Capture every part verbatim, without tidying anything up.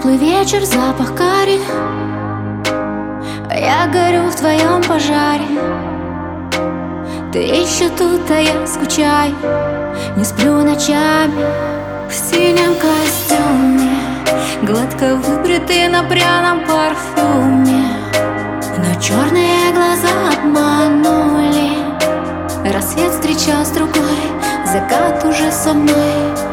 Теплый вечер, запах карри, а я горю в твоем пожаре. Ты еще тут, а я скучаю, не сплю ночами. В синем костюме, гладко выбритый на пряном парфюме, но черные глаза обманули. Рассвет встречал с другой, закат уже со мной.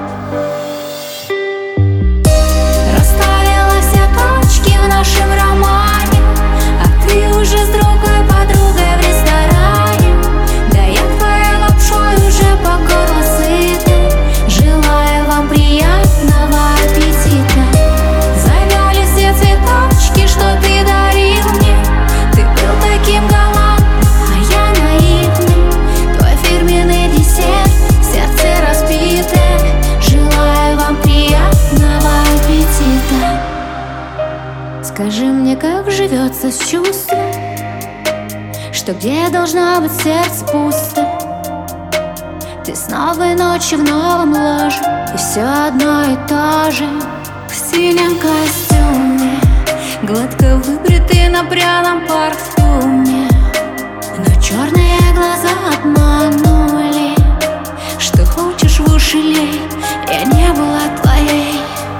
Расставила все точки в нашем романе, а ты уже с другой подругой в ресторане. Да я твоей лапшой уже по горло сыта. Желаю вам приятного аппетита. Завяли все цветочки, что ты дарил мне. Ты был таким галантным, а я наивный. Твой фирменный десерт, сердце разбитое. Желаю вам приятного аппетита. Скажи мне, как живется с чувством, что где должна быть сердце пусто. Ты с новой ночи в новом ложе, и все одно и то же. В синем костюме, гладко выбритый на пряном парфюме, но черные глаза обманули. Что хочешь в уши лей, я не была твоей.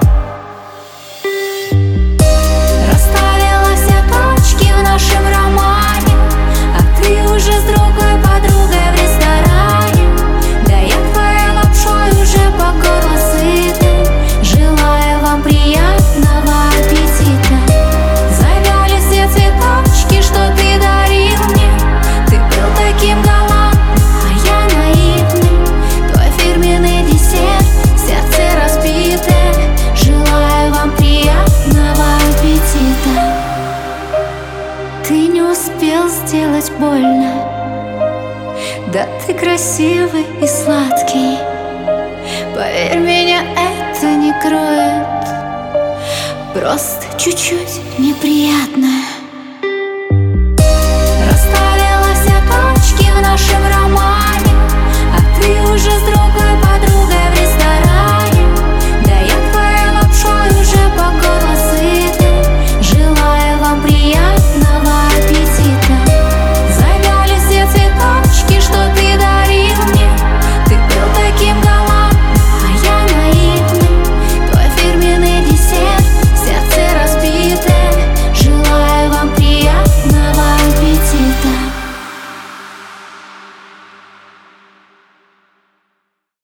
Расставила все точки в нашем романе, а ты уже с другой подругой в ресторане. Да я твоей лапшой уже по горло сыта. Желаю вам приятного аппетита. Завяли все цветочки, что ты дарил мне. Ты был таким галантным, а я наивный. Твой фирменный десерт, сердце разбитое. Желаю вам приятного аппетита. Ты не успел сделать больно, да ты красивый и сладкий. Поверь, меня это не кроет, просто чуть-чуть неприятно.